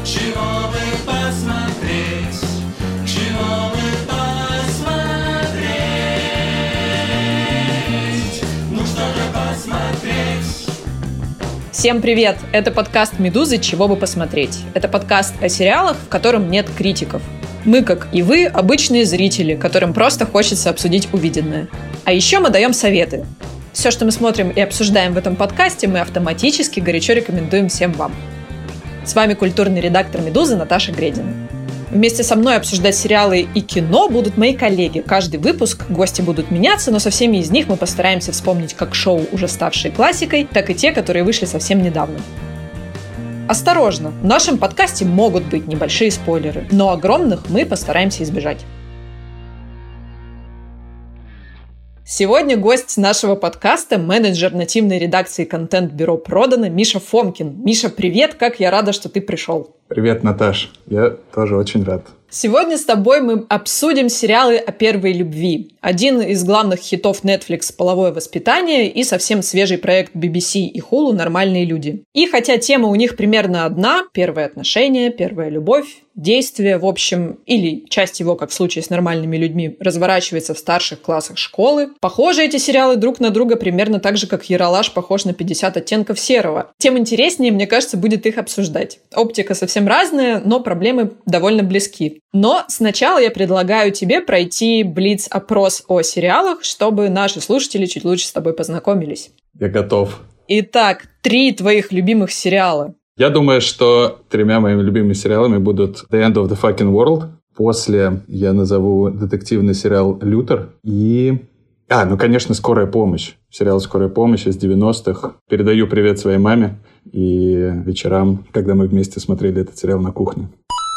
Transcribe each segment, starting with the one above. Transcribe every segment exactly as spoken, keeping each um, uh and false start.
Чего бы посмотреть? Чего бы посмотреть? Ну что же посмотреть? Всем привет! Это подкаст «Медузы. Чего бы посмотреть?». Это подкаст о сериалах, в котором нет критиков. Мы, как и вы, обычные зрители, которым просто хочется обсудить увиденное. А еще мы даем советы. Все, что мы смотрим и обсуждаем в этом подкасте, мы автоматически горячо рекомендуем всем вам. С вами культурный редактор «Медузы» Наташа Гредина. Вместе со мной обсуждать сериалы и кино будут мои коллеги. Каждый выпуск гости будут меняться, но со всеми из них мы постараемся вспомнить как шоу, уже ставшие классикой, так и те, которые вышли совсем недавно. Осторожно, в нашем подкасте могут быть небольшие спойлеры, но огромных мы постараемся избежать. Сегодня гость нашего подкаста – менеджер нативной редакции контент-бюро «Продано» Миша Фомкин. Миша, привет! Как я рада, что ты пришел. Привет, Наташ. Я тоже очень рад. Сегодня с тобой мы обсудим сериалы о первой любви. Один из главных хитов Netflix «Половое воспитание» и совсем свежий проект би би си и Hulu «Нормальные люди». И хотя тема у них примерно одна – первые отношения, первая любовь, действие, в общем, или часть его, как в случае с «Нормальными людьми», разворачивается в старших классах школы, похожи эти сериалы друг на друга примерно так же, как «Ералаш» похож на пятьдесят оттенков серого. Тем интереснее, мне кажется, будет их обсуждать. Оптика совсем разная, но проблемы довольно близки. Но сначала я предлагаю тебе пройти блиц-опрос о сериалах, чтобы наши слушатели чуть лучше с тобой познакомились. Я готов. Итак, три твоих любимых сериала. Я думаю, что тремя моими любимыми сериалами будут The End of the Fucking World. После я назову детективный сериал «Лютер». И... А, ну, конечно, «Скорая помощь». Сериал «Скорая помощь» из девяностых. Передаю привет своей маме. И вечерам, когда мы вместе смотрели этот сериал на кухне.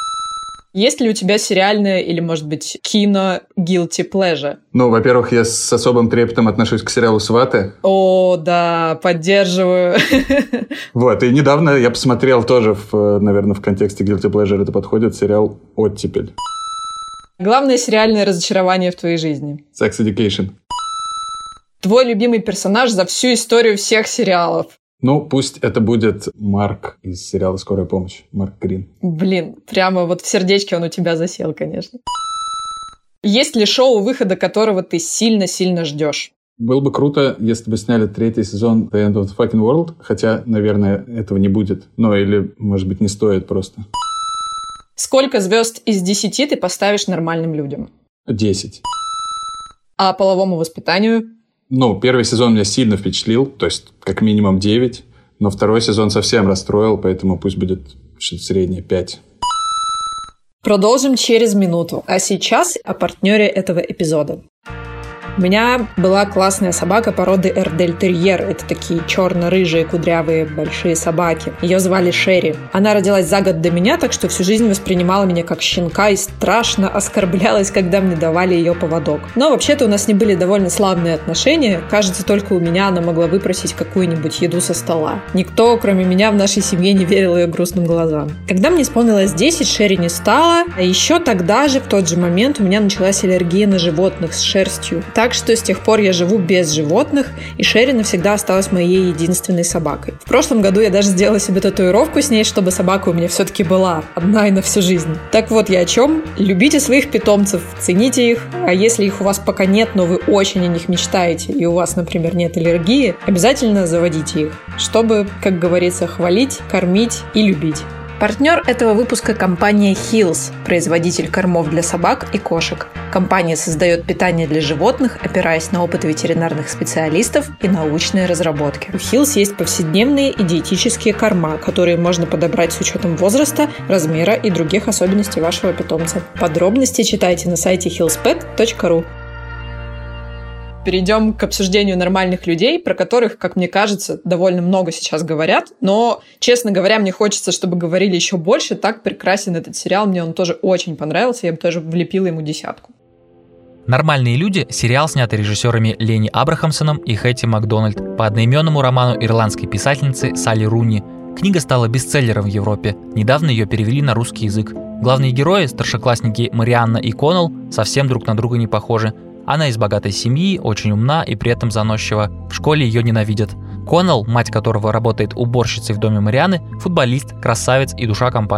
Есть ли у тебя сериальное или, может быть, кино guilty pleasure? Ну, во-первых, я с особым трепетом отношусь к сериалу «Сваты». О, да, поддерживаю. Вот, и недавно я посмотрел тоже, в, наверное, в контексте guilty pleasure это подходит, сериал «Оттепель». Главное сериальное разочарование в твоей жизни? Sex Education. Твой любимый персонаж за всю историю всех сериалов? Ну, пусть это будет Марк из сериала «Скорая помощь». Марк Грин. Блин, прямо вот в сердечке он у тебя засел, конечно. Есть ли шоу, выхода которого ты сильно-сильно ждешь? Было бы круто, если бы сняли третий сезон The End of the Fucking World, хотя, наверное, этого не будет. Ну, или, может быть, не стоит просто. Сколько звезд из десяти ты поставишь нормальным людям? Десять. А половому воспитанию? Ну, первый сезон меня сильно впечатлил, то есть как минимум девять, но второй сезон совсем расстроил, поэтому пусть будет что-то среднее пять. Продолжим через минуту. А сейчас о партнере этого эпизода. У меня была классная собака породы эрдельтерьер. Это такие черно-рыжие, кудрявые, большие собаки. Ее звали Шерри. Она родилась за год до меня, так что всю жизнь воспринимала меня как щенка и страшно оскорблялась, когда мне давали ее поводок. Но вообще-то у нас не были довольно славные отношения. Кажется, только у меня она могла выпросить какую-нибудь еду со стола. Никто, кроме меня, в нашей семье не верил ее грустным глазам. Когда мне исполнилось десять, Шерри не стало. А еще тогда же, в тот же момент, у меня началась аллергия на животных с шерстью. Так что с тех пор я живу без животных, и Шерри навсегда осталась моей единственной собакой. В прошлом году я даже сделала себе татуировку с ней, чтобы собака у меня все-таки была одна и на всю жизнь. Так вот я о чем. Любите своих питомцев, цените их, а если их у вас пока нет, но вы очень о них мечтаете, и у вас, например, нет аллергии, обязательно заводите их, чтобы, как говорится, хвалить, кормить и любить. Партнер этого выпуска – компания Hills, производитель кормов для собак и кошек. Компания создает питание для животных, опираясь на опыт ветеринарных специалистов и научные разработки. У Hills есть повседневные и диетические корма, которые можно подобрать с учетом возраста, размера и других особенностей вашего питомца. Подробности читайте на сайте хиллс пэт точка ру. Перейдем к обсуждению нормальных людей, про которых, как мне кажется, довольно много сейчас говорят. Но, честно говоря, мне хочется, чтобы говорили еще больше. Так прекрасен этот сериал. Мне он тоже очень понравился. Я бы тоже влепила ему десятку. «Нормальные люди» — сериал, снятый режиссерами Ленни Абрахамсоном и Хэти Макдональд по одноименному роману ирландской писательницы Салли Руни. Книга стала бестселлером в Европе. Недавно ее перевели на русский язык. Главные герои, старшеклассники Марианна и Коннелл, совсем друг на друга не похожи. Она из богатой семьи, очень умна и при этом заносчива. В школе ее ненавидят. Коннелл, мать которого работает уборщицей в доме Марианны, футболист, красавец и душа компании.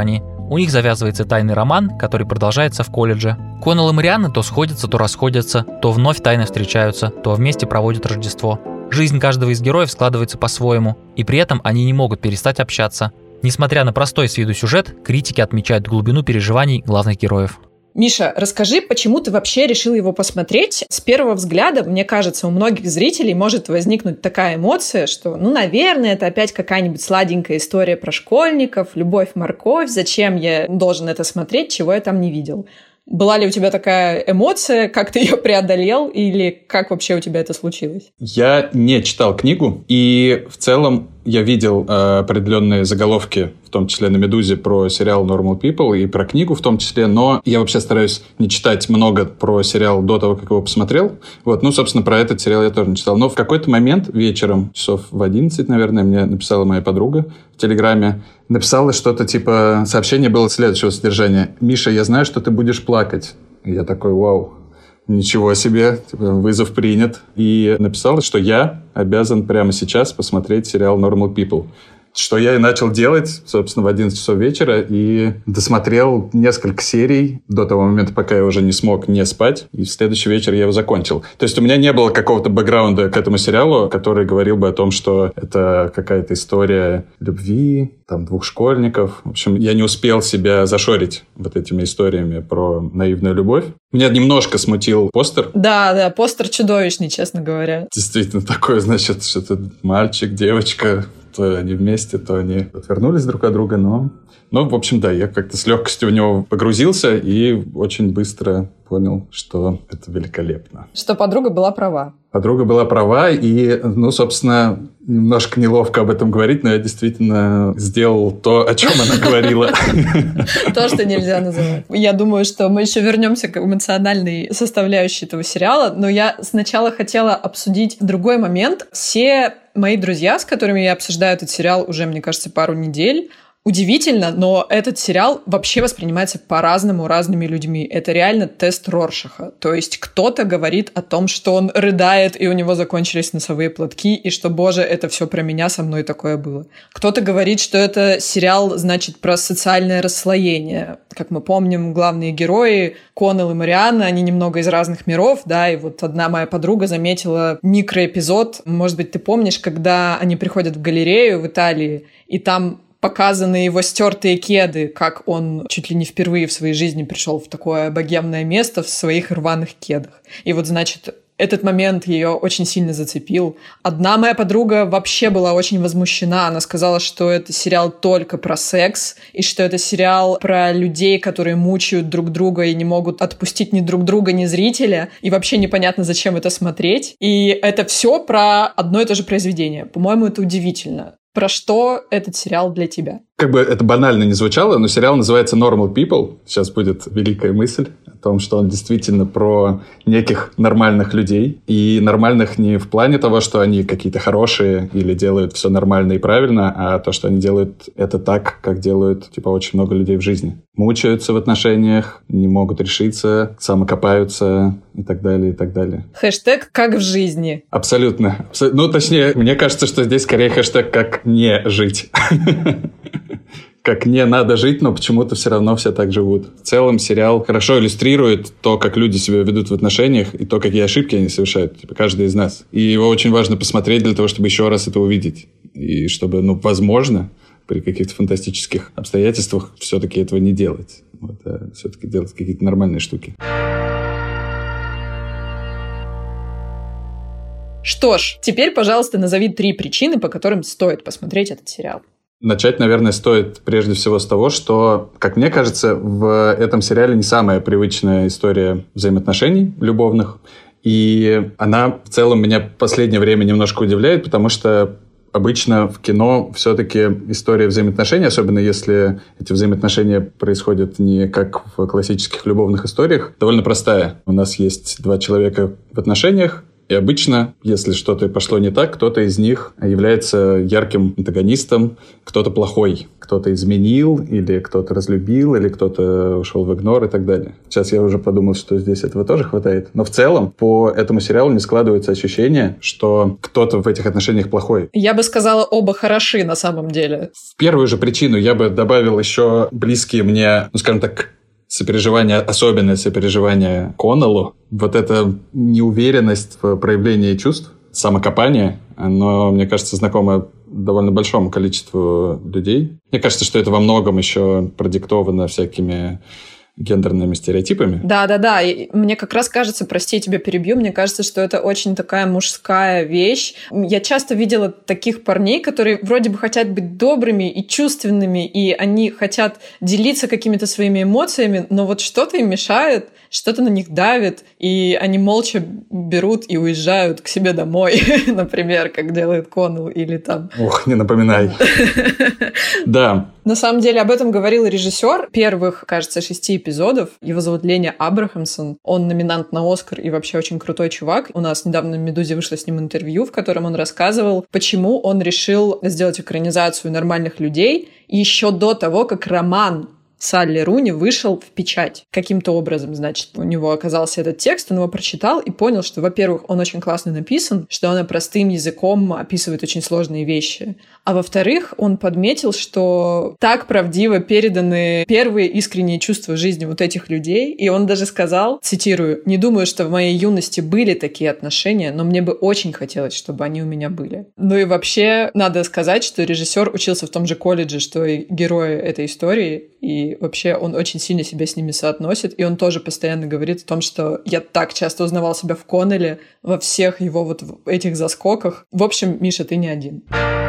У них завязывается тайный роман, который продолжается в колледже. Коннелл и Марианна то сходятся, то расходятся, то вновь тайно встречаются, то вместе проводят Рождество. Жизнь каждого из героев складывается по-своему, и при этом они не могут перестать общаться. Несмотря на простой с виду сюжет, критики отмечают глубину переживаний главных героев. Миша, расскажи, почему ты вообще решил его посмотреть? С первого взгляда, мне кажется, у многих зрителей может возникнуть такая эмоция, что, ну, наверное, это опять какая-нибудь сладенькая история про школьников, любовь-морковь, зачем я должен это смотреть, чего я там не видел. Была ли у тебя такая эмоция, как ты ее преодолел, или как вообще у тебя это случилось? Я не читал книгу, и в целом я видел э, определенные заголовки, в том числе на «Медузе», про сериал Normal People и про книгу в том числе, но я вообще стараюсь не читать много про сериал до того, как его посмотрел. Вот, ну, собственно, про этот сериал я тоже не читал. Но в какой-то момент вечером, часов в одиннадцать, наверное, мне написала моя подруга в Телеграме, написала что-то типа, сообщение было следующего содержания: «Миша, я знаю, что ты будешь плакать». И я такой: вау. Ничего себе, вызов принят. И написала, что я обязан прямо сейчас посмотреть сериал Normal People. Что я и начал делать, собственно, в одиннадцать часов вечера, и досмотрел несколько серий до того момента, пока я уже не смог не спать, и в следующий вечер я его закончил. То есть у меня не было какого-то бэкграунда к этому сериалу, который говорил бы о том, что это какая-то история любви, там, двух школьников. В общем, я не успел себя зашорить вот этими историями про наивную любовь. Меня немножко смутил постер. Да, да, постер чудовищный, честно говоря. Действительно, такое, значит, что-то мальчик, девочка... То они вместе, то они отвернулись друг от друга, но... Ну, в общем, да, я как-то с легкостью в него погрузился и очень быстро понял, что это великолепно. Что подруга была права. Подруга была права, и, ну, собственно, немножко неловко об этом говорить, но я действительно сделал то, о чем она говорила. То, что нельзя называть. Я думаю, что мы еще вернемся к эмоциональной составляющей этого сериала, но я сначала хотела обсудить другой момент. Все мои друзья, с которыми я обсуждаю этот сериал уже, мне кажется, пару недель, удивительно, но этот сериал вообще воспринимается по-разному разными людьми. Это реально тест Роршаха. То есть кто-то говорит о том, что он рыдает, и у него закончились носовые платки, и что, боже, это все про меня, со мной такое было. Кто-то говорит, что это сериал, значит, про социальное расслоение. Как мы помним, главные герои, Коннелл и Марианна, они немного из разных миров, да, и вот одна моя подруга заметила микроэпизод, может быть, ты помнишь, когда они приходят в галерею в Италии, и там показаны его стертые кеды, как он чуть ли не впервые в своей жизни пришел в такое богемное место в своих рваных кедах. И вот, значит, этот момент ее очень сильно зацепил. Одна моя подруга вообще была очень возмущена. Она сказала, что это сериал только про секс, и что это сериал про людей, которые мучают друг друга и не могут отпустить ни друг друга, ни зрителя. И вообще непонятно, зачем это смотреть. И это все про одно и то же произведение. По-моему, это удивительно. Про что этот сериал для тебя? Как бы это банально не звучало, но сериал называется Normal People. Сейчас будет великая мысль о том, что он действительно про неких нормальных людей. И нормальных не в плане того, что они какие-то хорошие или делают все нормально и правильно, а то, что они делают это так, как делают типа очень много людей в жизни. Мучаются в отношениях, не могут решиться, самокопаются и так далее, и так далее. Хэштег «как в жизни». Абсолютно. Ну, точнее, мне кажется, что здесь скорее хэштег «как не жить». Как не надо жить, но почему-то все равно все так живут. В целом сериал хорошо иллюстрирует то, как люди себя ведут в отношениях, и то, какие ошибки они совершают, типа, каждый из нас. И его очень важно посмотреть для того, чтобы еще раз это увидеть. И чтобы, ну, возможно, при каких-то фантастических обстоятельствах все-таки этого не делать. Вот, а все-таки делать какие-то нормальные штуки. Что ж, теперь, пожалуйста, назови три причины, по которым стоит посмотреть этот сериал. Начать, наверное, стоит прежде всего с того, что, как мне кажется, в этом сериале не самая привычная история взаимоотношений любовных. И она в целом меня в последнее время немножко удивляет, потому что обычно в кино все-таки история взаимоотношений, особенно если эти взаимоотношения происходят не как в классических любовных историях, довольно простая. У нас есть два человека в отношениях, И обычно, если что-то пошло не так, кто-то из них является ярким антагонистом, кто-то плохой, кто-то изменил, или кто-то разлюбил, или кто-то ушел в игнор и так далее. Сейчас я уже подумал, что здесь этого тоже хватает. Но в целом по этому сериалу не складывается ощущение, что кто-то в этих отношениях плохой. Я бы сказала, оба хороши на самом деле. В первую же причину я бы добавил еще близкие мне, ну, скажем так, сопереживание, особенное сопереживание Коннеллу. Вот эта неуверенность в проявлении чувств, самокопание, оно, мне кажется, знакомо довольно большому количеству людей. Мне кажется, что это во многом еще продиктовано всякими гендерными стереотипами. Да-да-да, и мне как раз кажется, прости, я тебя перебью, мне кажется, что это очень такая мужская вещь. Я часто видела таких парней, которые вроде бы хотят быть добрыми и чувственными, и они хотят делиться какими-то своими эмоциями, но вот что-то им мешает, что-то на них давит, и они молча берут и уезжают к себе домой, например, как делает Коннелл, или там... Ох, не напоминай. Да. На самом деле об этом говорил режиссер первых, кажется, шести эпизодов. Его зовут Ленни Абрахамсон. Он номинант на Оскар и вообще очень крутой чувак. У нас недавно в «Медузе» вышло с ним интервью, в котором он рассказывал, почему он решил сделать экранизацию «Нормальных людей» еще до того, как роман Салли Руни вышел в печать. Каким-то образом, значит, у него оказался этот текст, он его прочитал и понял, что, во-первых, он очень классно написан, что он простым языком описывает очень сложные вещи. А во-вторых, он подметил, что так правдиво переданы первые искренние чувства жизни вот этих людей. И он даже сказал, цитирую, «Не думаю, что в моей юности были такие отношения, но мне бы очень хотелось, чтобы они у меня были». Ну и вообще, надо сказать, что режиссер учился в том же колледже, что и герои этой истории, и вообще он очень сильно себя с ними соотносит, и он тоже постоянно говорит о том, что я так часто узнавал себя в Коннелле, во всех его вот этих заскоках. В общем, Миша, ты не один.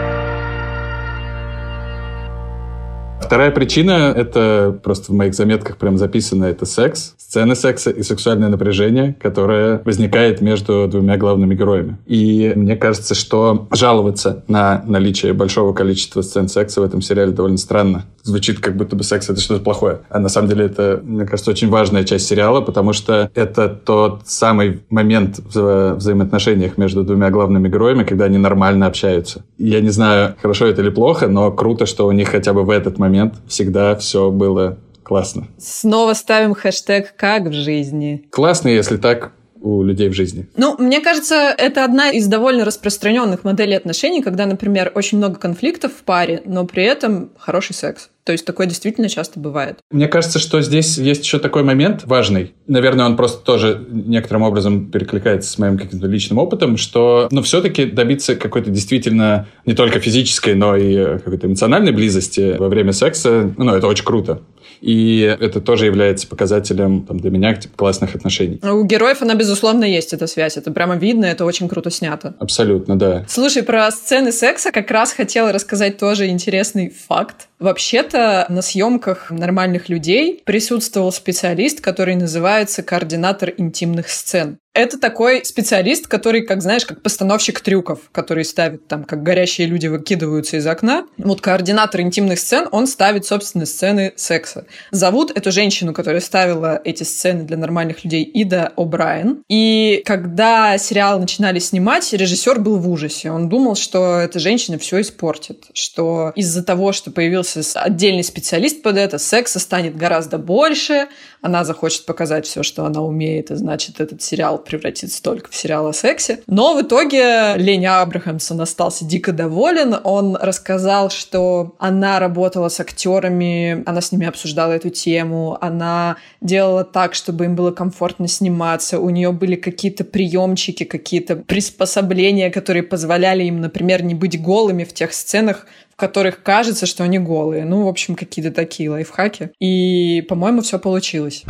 Вторая причина, это просто в моих заметках прям записано, это секс, сцены секса и сексуальное напряжение, которое возникает между двумя главными героями. И мне кажется, что жаловаться на наличие большого количества сцен секса в этом сериале довольно странно. Звучит, как будто бы секс — это что-то плохое. А на самом деле это, мне кажется, очень важная часть сериала, потому что это тот самый момент в вза- взаимоотношениях между двумя главными героями, когда они нормально общаются. Я не знаю, хорошо это или плохо, но круто, что у них хотя бы в этот момент всегда все было классно. Снова ставим хэштег «как в жизни». Классно, если так у людей в жизни. Ну, мне кажется, это одна из довольно распространенных моделей отношений, когда, например, очень много конфликтов в паре, но при этом хороший секс. То есть такое действительно часто бывает. Мне кажется, что здесь есть еще такой момент важный. Наверное, он просто тоже некоторым образом перекликается с моим каким-то личным опытом, что, ну, все-таки добиться какой-то действительно не только физической, но и какой-то эмоциональной близости во время секса, ну, это очень круто. И это тоже является показателем там, для меня типа, классных отношений. У героев она, безусловно, есть эта связь. Это прямо видно, это очень круто снято. Абсолютно, да. Слушай, про сцены секса как раз хотела рассказать тоже интересный факт. Вообще-то на съемках «Нормальных людей» присутствовал специалист, который называется координатор интимных сцен. Это такой специалист, который, как знаешь, как постановщик трюков, который ставит там, как горящие люди выкидываются из окна. Вот координатор интимных сцен, он ставит, собственно, сцены секса. Зовут эту женщину, которая ставила эти сцены для «Нормальных людей», Ида О'Брайен. И когда сериал начинали снимать, режиссер был в ужасе. Он думал, что эта женщина все испортит, что из-за того, что появился отдельный специалист под это, секса станет гораздо больше, она захочет показать все, что она умеет, и значит, этот сериал превратится только в сериал о сексе. Но в итоге Ленни Абрахамсон остался дико доволен. Он рассказал, что она работала с актерами, она с ними обсуждала эту тему, она делала так, чтобы им было комфортно сниматься, у нее были какие-то приемчики, какие-то приспособления, которые позволяли им, например, не быть голыми в тех сценах, в которых кажется, что они голые. Ну, в общем, какие-то такие лайфхаки. И, по-моему, все получилось.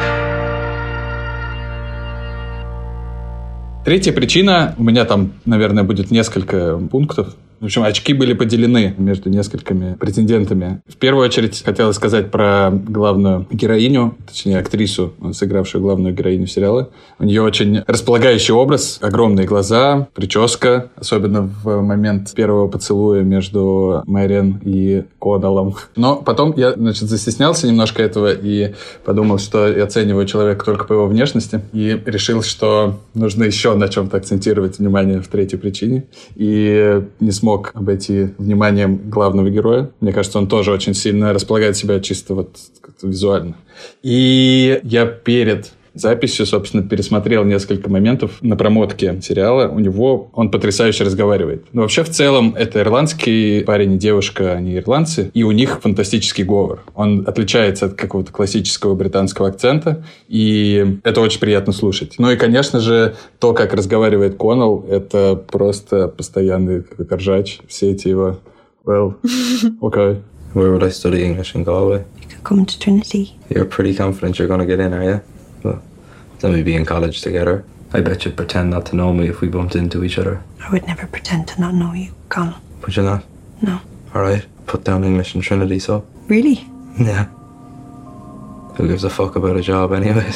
Третья причина, у меня там, наверное, будет несколько пунктов, В общем, очки были поделены между несколькими претендентами. В первую очередь хотелось сказать про главную героиню, точнее, актрису, сыгравшую главную героиню сериала. У нее очень располагающий образ, огромные глаза, прическа, особенно в момент первого поцелуя между Мэриан и Коннеллом. Но потом я, значит, застеснялся немножко этого и подумал, что я оцениваю человека только по его внешности, и решил, что нужно еще на чем-то акцентировать внимание в третьей причине. И не смог обойти вниманием главного героя. Мне кажется, он тоже очень сильно располагает себя чисто вот визуально. И я перед записью, собственно, пересмотрел несколько моментов на промотке сериала. У него он потрясающе разговаривает. Но вообще, в целом, это ирландский парень и девушка, они ирландцы, и у них фантастический говор. Он отличается от какого-то классического британского акцента, и это очень приятно слушать. Ну и, конечно же, то, как разговаривает Коннелл, это просто постоянный какой-то ржач. Все эти его... Well, okay. Where would I study English in Galway? You could come to Trinity. You're pretty confident you're going to get in, are you? Well, then we'd be in college together. I bet you'd pretend not to know me if we bumped into each other. I would never pretend to not know you, Colin. Would you not? No. All right. Put down English in Trinity, so. Really? Yeah. Who gives a fuck about a job anyways?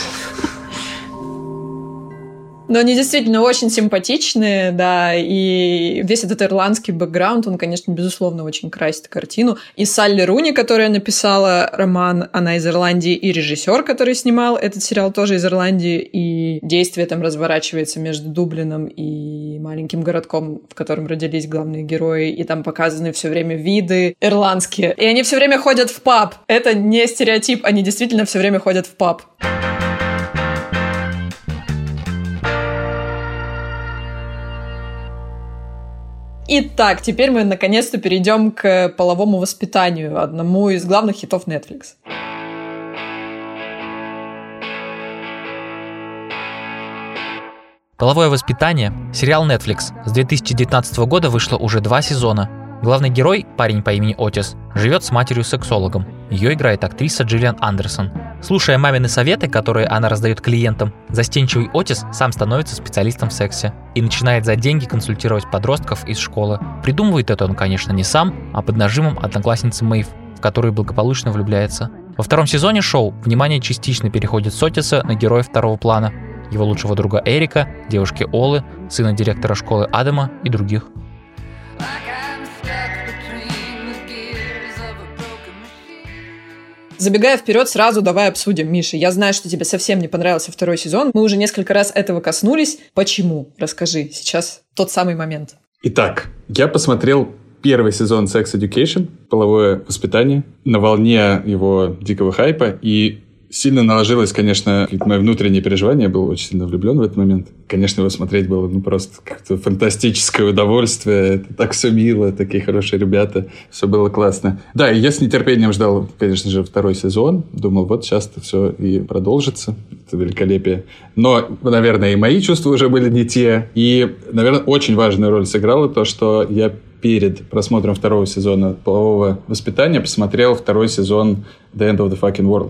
Но они действительно очень симпатичные, да, и весь этот ирландский бэкграунд, он, конечно, безусловно, очень красит картину. И Салли Руни, которая написала роман, она из Ирландии, и режиссер, который снимал этот сериал, тоже из Ирландии, и действие там разворачивается между Дублином и маленьким городком, в котором родились главные герои, и там показаны все время виды ирландские. И они все время ходят в паб. Это не стереотип, они действительно все время ходят в паб. Итак, теперь мы наконец-то перейдем к половому воспитанию, одному из главных хитов Netflix. «Половое воспитание» — сериал Netflix. С две тысячи девятнадцатого года вышло уже два сезона. Главный герой, парень по имени Отис, живет с матерью-сексологом. Ее играет актриса Джиллиан Андерсон. Слушая мамины советы, которые она раздает клиентам, застенчивый Отис сам становится специалистом в сексе и начинает за деньги консультировать подростков из школы. Придумывает это он, конечно, не сам, а под нажимом одноклассницы Мэйв, в которую благополучно влюбляется. Во втором сезоне шоу внимание частично переходит с Отиса на героя второго плана, его лучшего друга Эрика, девушки Олы, сына директора школы Адама и других. Забегая вперед, сразу давай обсудим, Миша. Я знаю, что тебе совсем не понравился второй сезон. Мы уже несколько раз этого коснулись. Почему? Расскажи. Сейчас тот самый момент. Итак, я посмотрел первый сезон Sex Education, половое воспитание, на волне его дикого хайпа, и сильно наложилось, конечно, какие-то мои внутренние переживания. Я был очень сильно влюблен в этот момент. Конечно, его смотреть было ну, просто как-то фантастическое удовольствие. Это так все мило, такие хорошие ребята. Все было классно. Да, и я с нетерпением ждал, конечно же, второй сезон. Думал, вот сейчас-то все и продолжится. Это великолепие. Но, наверное, и мои чувства уже были не те. И, наверное, очень важную роль сыграло то, что я перед просмотром второго сезона полового воспитания посмотрел второй сезон The End of the Fucking World.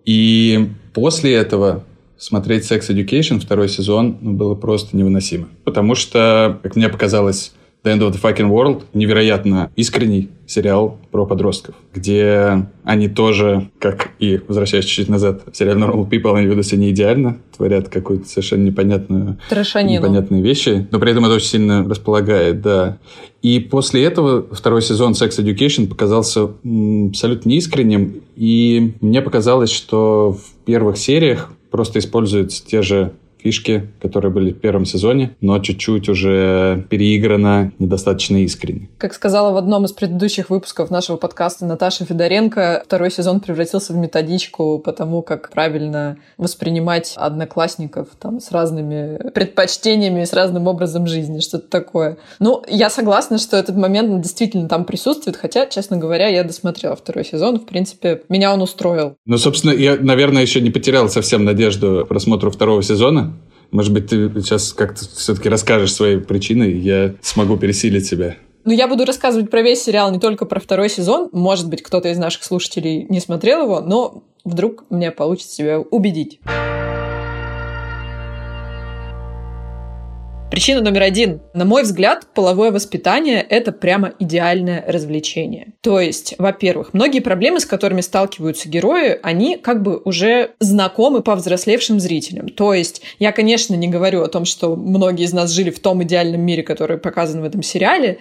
И после этого смотреть Sex Education второй сезон ну, было просто невыносимо. Потому что, как мне показалось, The End of the Fucking World невероятно искренний сериал про подростков, где они тоже, как и, возвращаясь чуть-чуть назад, в сериале Normal People, они ведут себя не идеально, творят какую-то совершенно непонятную, непонятные вещи, но при этом это очень сильно располагает, да. И после этого второй сезон Sex Education показался м, абсолютно неискренним, и мне показалось, что в первых сериях просто используются те же фишки, которые были в первом сезоне, но чуть-чуть уже переиграно, недостаточно искренне. Как сказала в одном из предыдущих выпусков нашего подкаста Наташа Федоренко, второй сезон превратился в методичку по тому, как правильно воспринимать одноклассников там, с разными предпочтениями, с разным образом жизни, что-то такое. Ну, я согласна, что этот момент действительно там присутствует, хотя, честно говоря, я досмотрела второй сезон, в принципе, меня он устроил. Ну, собственно, я, наверное, еще не потерял совсем надежду к просмотру второго сезона. Может быть, ты сейчас как-то все-таки расскажешь свои причины, и я смогу пересилить себя. Ну, я буду рассказывать про весь сериал, не только про второй сезон. Может быть, кто-то из наших слушателей не смотрел его, но вдруг мне получится тебя убедить. Причина номер один. На мой взгляд, половое воспитание — это прямо идеальное развлечение. То есть, во-первых, многие проблемы, с которыми сталкиваются герои, они как бы уже знакомы повзрослевшим зрителям. То есть, я, конечно, не говорю о том, что многие из нас жили в том идеальном мире, который показан в этом сериале,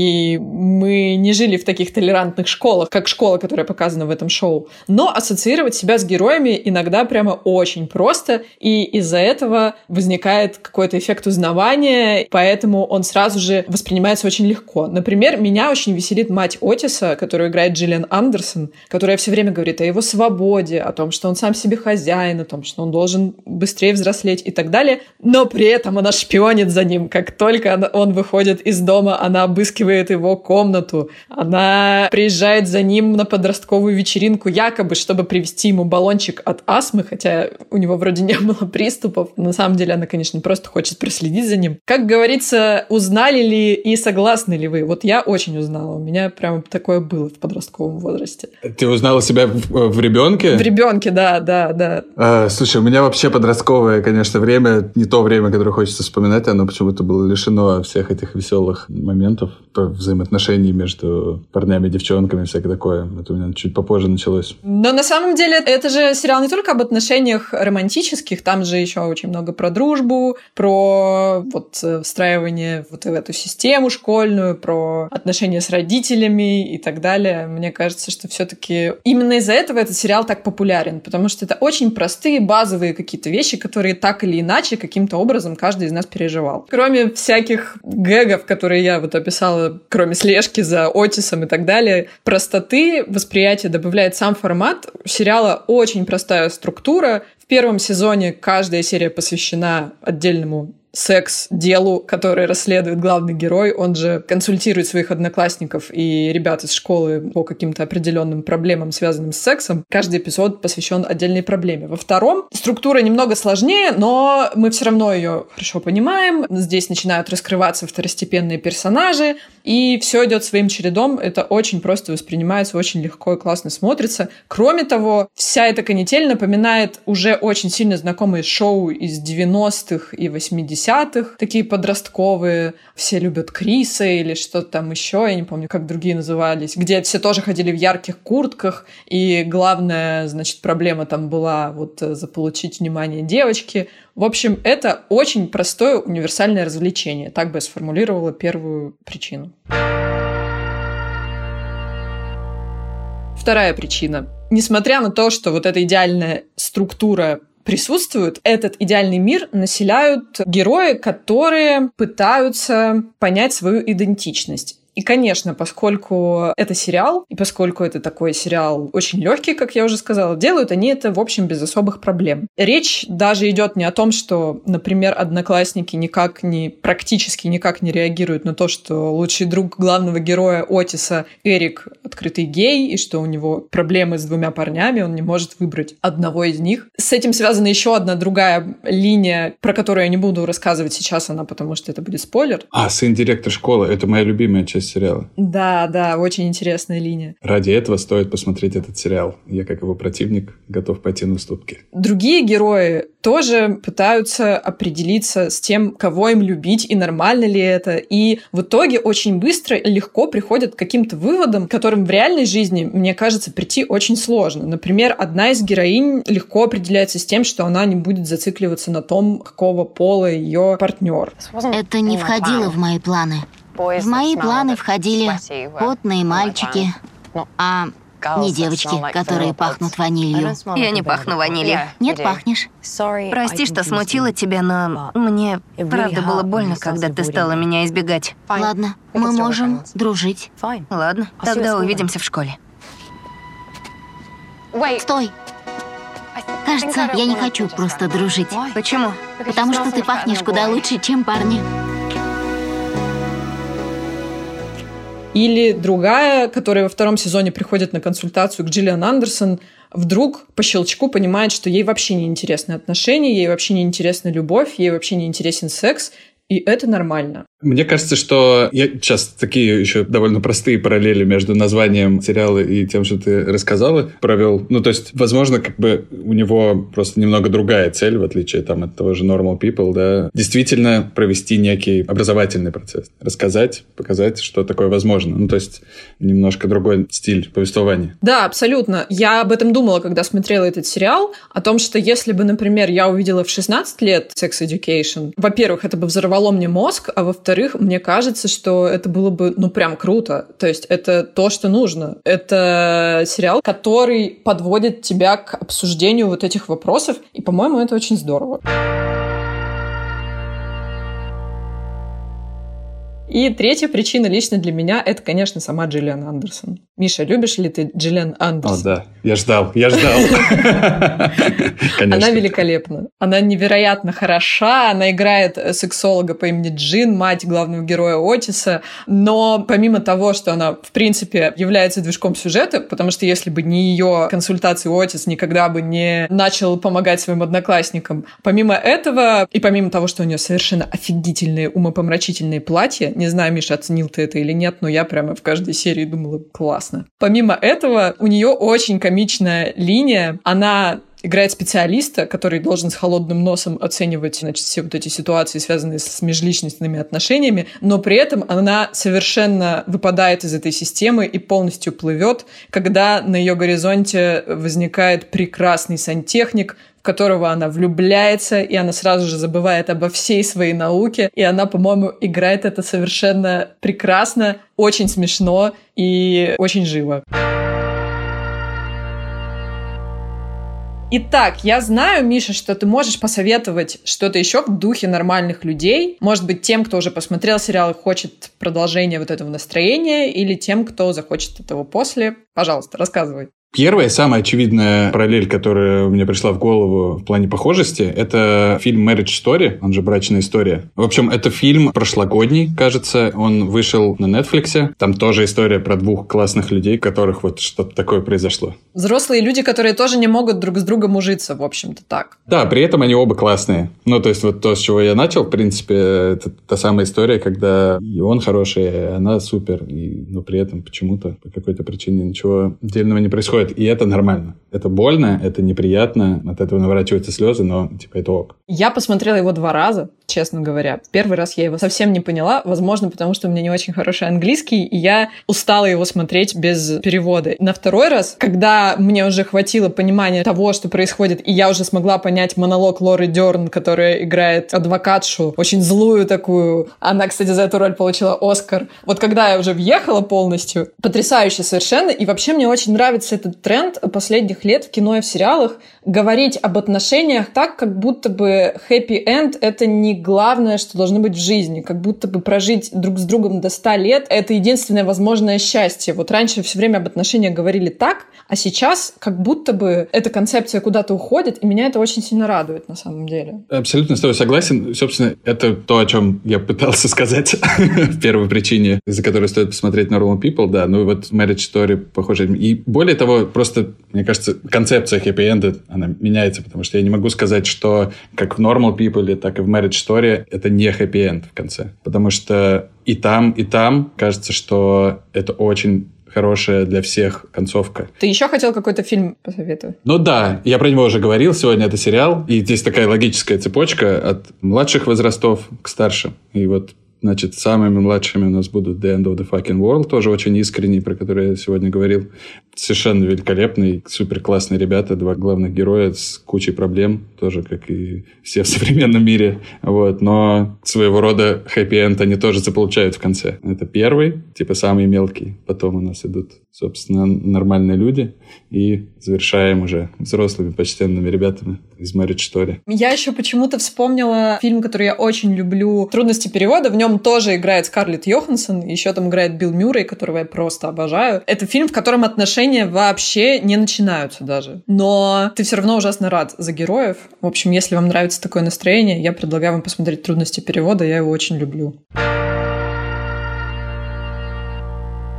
и мы не жили в таких толерантных школах, как школа, которая показана в этом шоу. Но ассоциировать себя с героями иногда прямо очень просто, и из-за этого возникает какой-то эффект узнавания, поэтому он сразу же воспринимается очень легко. Например, меня очень веселит мать Отиса, которую играет Джиллиан Андерсон, которая все время говорит о его свободе, о том, что он сам себе хозяин, о том, что он должен быстрее взрослеть и так далее, но при этом она шпионит за ним. Как только он выходит из дома, она обыскивает его комнату, она приезжает за ним на подростковую вечеринку, якобы, чтобы привезти ему баллончик от астмы, хотя у него вроде не было приступов. На самом деле она, конечно, просто хочет проследить за ним. Как говорится, узнали ли и согласны ли вы? Вот я очень узнала. У меня прям такое было в подростковом возрасте. Ты узнала себя в, в ребенке? В ребенке, да, да, да. А, слушай, у меня вообще подростковое, конечно, время, не то время, которое хочется вспоминать, оно почему-то было лишено всех этих веселых моментов, взаимоотношений между парнями и девчонками, всякое такое. Это у меня чуть попозже началось. Но на самом деле это же сериал не только об отношениях романтических, там же еще очень много про дружбу, про вот встраивание вот в эту систему школьную, про отношения с родителями и так далее. Мне кажется, что все-таки именно из-за этого этот сериал так популярен, потому что это очень простые, базовые какие-то вещи, которые так или иначе каким-то образом каждый из нас переживал. Кроме всяких гэгов, которые я вот описала, кроме слежки за Отисом и так далее, простоты восприятия добавляет сам формат. У сериала очень простая структура. В первом сезоне каждая серия посвящена отдельному секс-делу, который расследует главный герой. Он же консультирует своих одноклассников и ребят из школы по каким-то определенным проблемам, связанным с сексом. Каждый эпизод посвящен отдельной проблеме. Во втором структура немного сложнее, но мы все равно ее хорошо понимаем. Здесь начинают раскрываться второстепенные персонажи, и все идет своим чередом. Это очень просто воспринимается, очень легко и классно смотрится. Кроме того, вся эта канитель напоминает уже очень сильно знакомые шоу из девяностых и восьмидесятых, такие подростковые. Все любят Криса или что-то там еще, я не помню, как другие назывались, где все тоже ходили в ярких куртках, и главная, значит, проблема там была вот заполучить внимание девочки. В общем, это очень простое универсальное развлечение. Так бы я сформулировала первую причину. Вторая причина. Несмотря на то, что вот эта идеальная структура присутствует, этот идеальный мир населяют герои, которые пытаются понять свою идентичность. И, конечно, поскольку это сериал, и поскольку это такой сериал очень легкий, как я уже сказала, делают они это, в общем, без особых проблем. Речь даже идет не о том, что, например, одноклассники никак не, практически никак не реагируют на то, что лучший друг главного героя Отиса Эрик открытый гей, и что у него проблемы с двумя парнями, он не может выбрать одного из них. С этим связана еще одна другая линия, про которую я не буду рассказывать сейчас, она, потому что это будет спойлер. А, сын директор школы, это моя любимая часть сериала. Да, да, очень интересная линия. Ради этого стоит посмотреть этот сериал. Я, как его противник, готов пойти на уступки. Другие герои тоже пытаются определиться с тем, кого им любить, и нормально ли это. И в итоге очень быстро и легко приходят к каким-то выводам, к которым в реальной жизни, мне кажется, прийти очень сложно. Например, одна из героинь легко определяется с тем, что она не будет зацикливаться на том, какого пола ее партнер. Это не входило в мои планы. В мои планы входили потные мальчики, а не девочки, которые пахнут ванилью. Я не пахну ванилью. Нет, пахнешь. Прости, что смутила тебя, но мне правда было больно, когда ты стала меня избегать. Ладно, мы можем дружить. Ладно, тогда увидимся в школе. Стой! Кажется, я не хочу просто дружить. Почему? Потому что ты пахнешь куда лучше, чем парни. Или другая, которая во втором сезоне приходит на консультацию к Джиллиан Андерсон, вдруг по щелчку понимает, что ей вообще не интересны отношения, ей вообще не интересна любовь, ей вообще не интересен секс, и это нормально. Мне кажется, что я сейчас такие еще довольно простые параллели между названием сериала и тем, что ты рассказала, провел. Ну, то есть, возможно, как бы у него просто немного другая цель, в отличие там от того же Normal People, да, действительно провести некий образовательный процесс. Рассказать, показать, что такое возможно. Ну, то есть, немножко другой стиль повествования. Да, абсолютно. Я об этом думала, когда смотрела этот сериал, о том, что если бы, например, я увидела в шестнадцать лет Sex Education, во-первых, это бы взорвало мне мозг, а во-вторых, Во-вторых, мне кажется, что это было бы, ну, прям круто. То есть это то, что нужно. Это сериал, который подводит тебя к обсуждению вот этих вопросов. И, по-моему, это очень здорово. И третья причина лично для меня — это, конечно, сама Джиллиан Андерсон. Миша, любишь ли ты Джиллиан Андерсон? О, да. Я ждал, я ждал. Она великолепна. Она невероятно хороша. Она играет сексолога по имени Джин, мать главного героя Отиса. Но помимо того, что она, в принципе, является движком сюжета, потому что если бы не ее консультации, Отис никогда бы не начал помогать своим одноклассникам. Помимо этого, и помимо того, что у нее совершенно офигительные, умопомрачительные платья, не знаю, Миша, оценил ты это или нет, но я прямо в каждой серии думала, классно. Помимо этого, у нее очень комичная линия. Она играет специалиста, который должен с холодным носом оценивать, значит, все вот эти ситуации, связанные с межличностными отношениями, но при этом она совершенно выпадает из этой системы и полностью плывет, когда на ее горизонте возникает прекрасный сантехник, в которого она влюбляется, и она сразу же забывает обо всей своей науке, и она, по-моему, играет это совершенно прекрасно, очень смешно и очень живо. Итак, я знаю, Миша, что ты можешь посоветовать что-то еще в духе нормальных людей. Может быть, тем, кто уже посмотрел сериал и хочет продолжения вот этого настроения, или тем, кто захочет этого после. Пожалуйста, рассказывай. Первая, самая очевидная параллель, которая мне пришла в голову в плане похожести, это фильм Marriage Story, он же «Брачная история». В общем, это фильм прошлогодний, кажется, он вышел на Netflix. Там тоже история про двух классных людей, у которых вот что-то такое произошло. Взрослые люди, которые тоже не могут друг с другом ужиться, в общем-то, так. Да, при этом они оба классные. Ну, то есть вот то, с чего я начал, в принципе, это та самая история, когда и он хороший, и она супер, и, но при этом почему-то по какой-то причине ничего отдельного не происходит. И это нормально. Это больно, это неприятно, от этого наворачиваются слезы, но типа это ок. Я посмотрела его два раза, честно говоря. Первый раз я его совсем не поняла, возможно, потому что у меня не очень хороший английский, и я устала его смотреть без перевода. На второй раз, когда мне уже хватило понимания того, что происходит, и я уже смогла понять монолог Лоры Дёрн, которая играет адвокатшу, очень злую такую. Она, кстати, за эту роль получила Оскар. Вот когда я уже въехала полностью, потрясающе совершенно, и вообще мне очень нравится этот тренд последних лет в кино и в сериалах говорить об отношениях так, как будто бы хэппи-энд — это не главное, что должно быть в жизни. Как будто бы прожить друг с другом до ста лет — это единственное возможное счастье. Вот раньше все время об отношениях говорили так, а сейчас как будто бы эта концепция куда-то уходит, и меня это очень сильно радует на самом деле. Абсолютно с тобой согласен. Собственно, это то, о чем я пытался сказать в первой причине, из-за которой стоит посмотреть Normal People, да, ну и вот Marriage Story похоже. И более того, просто, мне кажется, концепция хэппи-энда, она меняется, потому что я не могу сказать, что как в Normal People, так и в Marriage Story это не хэппи-энд в конце. Потому что и там, и там кажется, что это очень хорошая для всех концовка. Ты еще хотел какой-то фильм посоветовать? Ну да, я про него уже говорил, сегодня это сериал, и здесь такая логическая цепочка от младших возрастов к старшим. И вот, значит, самыми младшими у нас будут The End of the Fucking World, тоже очень искренний, про который я сегодня говорил. Совершенно великолепный, супер классные ребята, два главных героя с кучей проблем, тоже как и все в современном мире. Вот. Но своего рода хэппи-энд они тоже заполучают в конце. Это первый, типа самый мелкий. Потом у нас идут, собственно, нормальные люди. И завершаем уже взрослыми, почтенными ребятами из Marriage Story. Я еще почему-то вспомнила фильм, который я очень люблю, «Трудности перевода». В нем тоже играет Скарлетт Йоханссон, еще там играет Билл Мюррей, которого я просто обожаю. Это фильм, в котором отношения вообще не начинаются даже. Но ты все равно ужасно рад за героев. В общем, если вам нравится такое настроение, я предлагаю вам посмотреть «Трудности перевода». Я его очень люблю.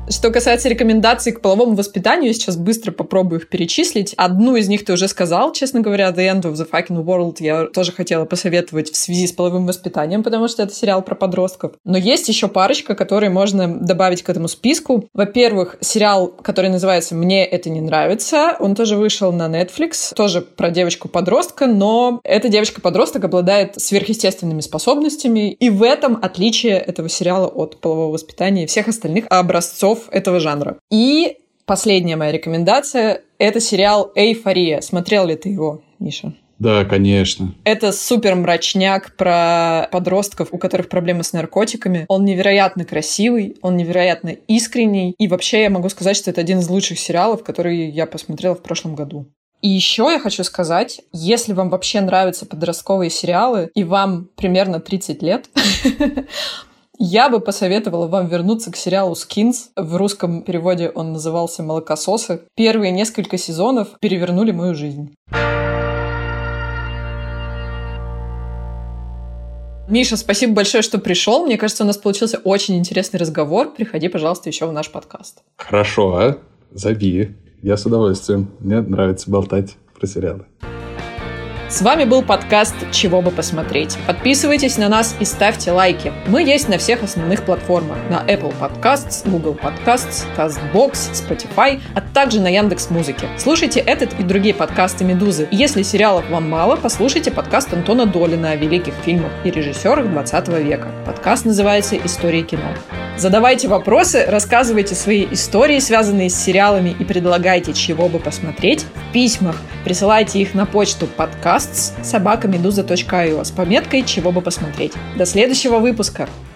Что касается рекомендаций к половому воспитанию, я сейчас быстро попробую их перечислить. Одну из них ты уже сказал, честно говоря, The End of the Fucking World я тоже хотела посоветовать в связи с половым воспитанием, потому что это сериал про подростков. Но есть еще парочка, которые можно добавить к этому списку. Во-первых, сериал, который называется «Мне это не нравится». Он тоже вышел на Netflix, тоже про девочку-подростка, но эта девочка-подросток обладает сверхъестественными способностями, и в этом отличие этого сериала от полового воспитания и всех остальных образцов этого жанра. И последняя моя рекомендация — это сериал «Эйфория». Смотрел ли ты его, Миша? Да, конечно. Это супер мрачняк про подростков, у которых проблемы с наркотиками. Он невероятно красивый, он невероятно искренний. И вообще я могу сказать, что это один из лучших сериалов, которые я посмотрела в прошлом году. И еще я хочу сказать, если вам вообще нравятся подростковые сериалы, и вам примерно тридцать лет, я бы посоветовала вам вернуться к сериалу «Skins». В русском переводе он назывался «Молокососы». Первые несколько сезонов перевернули мою жизнь. Миша, спасибо большое, что пришел. Мне кажется, у нас получился очень интересный разговор. Приходи, пожалуйста, еще в наш подкаст. Хорошо, а? Зови. Я с удовольствием. Мне нравится болтать про сериалы. С вами был подкаст «Чего бы посмотреть». Подписывайтесь на нас и ставьте лайки. Мы есть на всех основных платформах. На Apple Podcasts, Google Podcasts, CastBox, Spotify, а также на Яндекс.Музыке. Слушайте этот и другие подкасты «Медузы». И если сериалов вам мало, послушайте подкаст Антона Долина о великих фильмах и режиссерах двадцатого века. Подкаст называется «Истории кино». Задавайте вопросы, рассказывайте свои истории, связанные с сериалами, и предлагайте, чего бы посмотреть в письмах. Присылайте их на почту подкаст собака медуза точка ай о с пометкой «Чего бы посмотреть». До следующего выпуска!